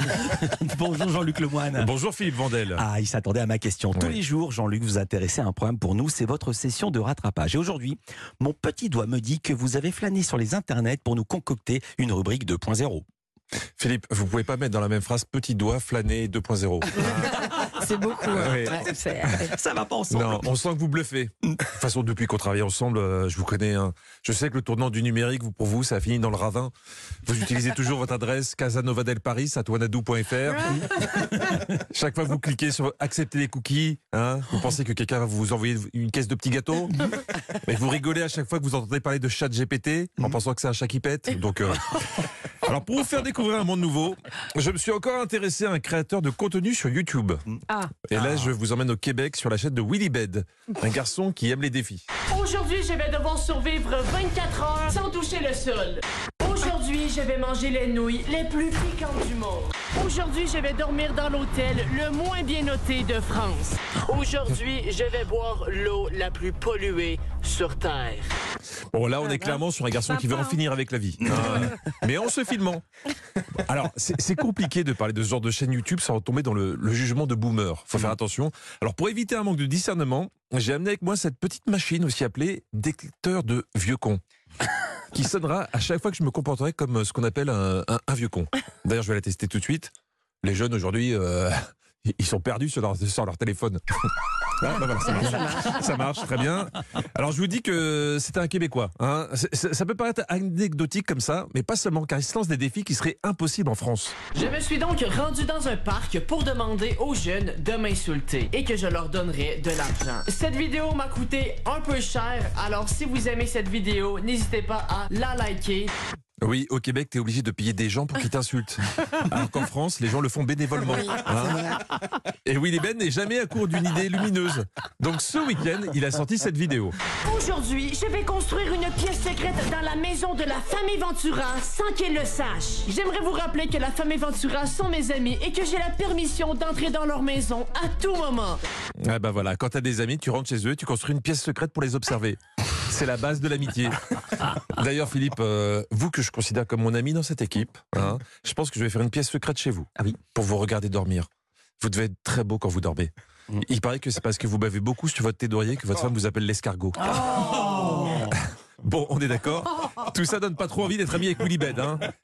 Bonjour Jean-Luc Lemoyne. Bonjour Philippe Vandel. Ah, il s'attendait à ma question. Tous les jours, Jean-Luc, vous intéressez à un programme pour nous, c'est votre session de rattrapage. Et aujourd'hui, mon petit doigt me dit que vous avez flâné sur les internets pour nous concocter une rubrique 2.0. Philippe, vous pouvez pas mettre dans la même phrase petit doigt flâner 2.0. C'est beaucoup. Oui. Ça va pas ensemble. Non, on sent que vous bluffez. De toute façon, depuis qu'on travaille ensemble, je vous connais. Je sais que le tournant du numérique, pour vous, ça a fini dans le ravin. Vous utilisez toujours votre adresse casanovadelparis@wanadoo.fr. Chaque fois que vous cliquez sur accepter les cookies, vous pensez que quelqu'un va vous envoyer une caisse de petits gâteaux. Mais vous rigolez à chaque fois que vous entendez parler de chat GPT en pensant que c'est un chat qui pète. Donc, alors, pour vous faire découvrir un monde nouveau, je me suis encore intéressé à un créateur de contenu sur YouTube. Et là, je vous emmène au Québec sur la chaîne de Willy Bed, un garçon qui aime les défis. Aujourd'hui, je vais devoir survivre 24 heures sans toucher le sol. Aujourd'hui, je vais manger les nouilles les plus piquantes du monde. Aujourd'hui, je vais dormir dans l'hôtel le moins bien noté de France. Aujourd'hui, je vais boire l'eau la plus polluée sur Terre. Bon, là, on est clairement sur un garçon qui veut en finir avec la vie. Mais en se filmant. Alors, c'est compliqué de parler de ce genre de chaîne YouTube sans tomber dans le jugement de boomer. Faut faire attention. Alors, pour éviter un manque de discernement, j'ai amené avec moi cette petite machine aussi appelée détecteur de vieux cons, qui sonnera à chaque fois que je me comporterai comme ce qu'on appelle un vieux con. D'ailleurs, je vais la tester tout de suite. Les jeunes aujourd'hui, ils sont perdus sur leur téléphone. Voilà, ça marche, très bien. Alors je vous dis que c'est un Québécois. Ça peut paraître anecdotique comme ça, mais pas seulement, car il se lance des défis qui seraient impossibles en France. Je me suis donc rendu dans un parc pour demander aux jeunes de m'insulter et que je leur donnerais de l'argent. Cette vidéo m'a coûté un peu cher, alors si vous aimez cette vidéo, n'hésitez pas à la liker. Oui, au Québec, t'es obligé de payer des gens pour qu'ils t'insultent. Alors qu'en France, les gens le font bénévolement. Et Willy Ben n'est jamais à court d'une idée lumineuse. Donc ce week-end, il a sorti cette vidéo. Aujourd'hui, je vais construire une pièce secrète dans la maison de la famille Ventura sans qu'elle le sache. J'aimerais vous rappeler que la famille Ventura sont mes amis et que j'ai la permission d'entrer dans leur maison à tout moment. Ah bah voilà, quand t'as des amis, tu rentres chez eux et tu construis une pièce secrète pour les observer. C'est la base de l'amitié. D'ailleurs, Philippe, vous que je considère comme mon ami dans cette équipe, je pense que je vais faire une pièce secrète chez vous. Ah oui. Pour vous regarder dormir. Vous devez être très beau quand vous dormez. Il paraît que c'est parce que vous bavez beaucoup sur votre thé d'oreiller que votre femme vous appelle l'escargot. Bon, on est d'accord. Tout ça donne pas trop envie d'être ami avec Willy Bed.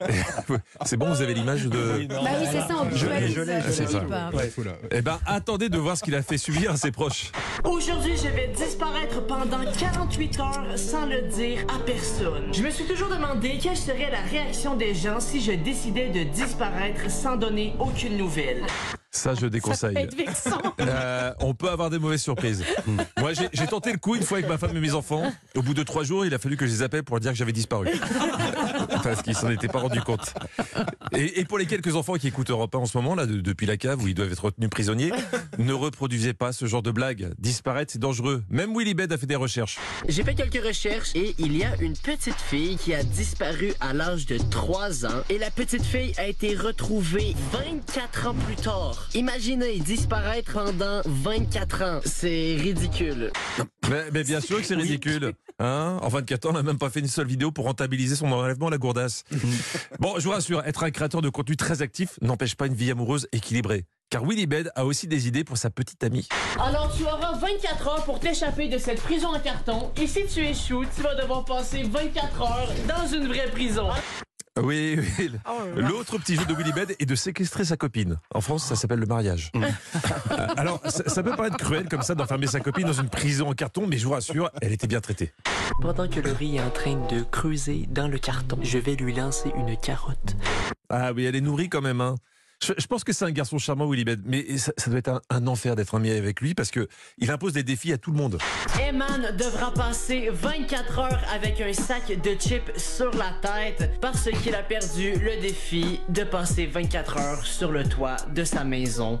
C'est bon, vous avez l'image de... Bah oui, c'est ça, on visualise. C'est ça. Eh ben, attendez de voir ce qu'il a fait subir à ses proches. Aujourd'hui, je vais disparaître pendant 48 heures sans le dire à personne. Je me suis toujours demandé quelle serait la réaction des gens si je décidais de disparaître sans donner aucune nouvelle. Ça, je déconseille. Ça peut être vexant. On peut avoir des mauvaises surprises. Moi, j'ai tenté le coup une fois avec ma femme et mes enfants. Au bout de 3 jours, il a fallu que je les appelle pour leur dire que j'avais disparu. Parce qu'ils s'en étaient pas rendus compte. Et pour les quelques enfants qui écoutent Europe 1 en ce moment, là, depuis la cave où ils doivent être retenus prisonniers, ne reproduisez pas ce genre de blagues. Disparaître, c'est dangereux. Même Willy Bed a fait des recherches. J'ai fait quelques recherches et il y a une petite fille qui a disparu à l'âge de 3 ans. Et la petite fille a été retrouvée 24 ans plus tard. Imaginez disparaître pendant 24 ans. C'est ridicule. Mais bien sûr que c'est ridicule. En 24 ans, on n'a même pas fait une seule vidéo pour rentabiliser son enlèvement à la gourdasse. Bon, je vous rassure, être un créateur de contenu très actif n'empêche pas une vie amoureuse équilibrée. Car Willy Bed a aussi des idées pour sa petite amie. Alors tu auras 24 heures pour t'échapper de cette prison en carton. Et si tu échoues, tu vas devoir passer 24 heures dans une vraie prison. Oui. L'autre petit jeu de Willy Bed est de séquestrer sa copine. En France, ça s'appelle le mariage. Alors, ça peut paraître cruel comme ça d'enfermer sa copine dans une prison en carton, mais je vous rassure, elle était bien traitée. Pendant que le riz est en train de creuser dans le carton, je vais lui lancer une carotte. Ah oui, elle est nourrie quand même. Je pense que c'est un garçon charmant, Willy Bed, mais ça doit être un enfer d'être ami avec lui parce que il impose des défis à tout le monde. Eman devra passer 24 heures avec un sac de chips sur la tête parce qu'il a perdu le défi de passer 24 heures sur le toit de sa maison.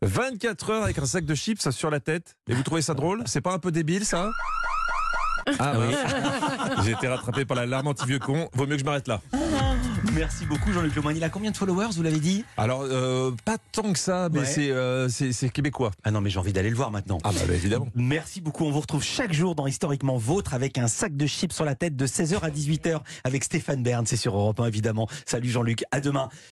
24 heures avec un sac de chips sur la tête. Et vous trouvez ça drôle? C'est pas un peu débile, ça? Ah oui. J'ai été rattrapé par la larme anti-vieux con. Vaut mieux que je m'arrête là. Merci beaucoup Jean-Luc Lemoyne. Il a combien de followers, vous l'avez dit? Alors, pas tant que ça, mais c'est québécois. Ah non, mais j'ai envie d'aller le voir maintenant. Ah bah évidemment. Merci beaucoup. On vous retrouve chaque jour dans Historiquement Vôtre avec un sac de chips sur la tête de 16h à 18h avec Stéphane Bern. C'est sur Europe 1 évidemment. Salut Jean-Luc, à demain.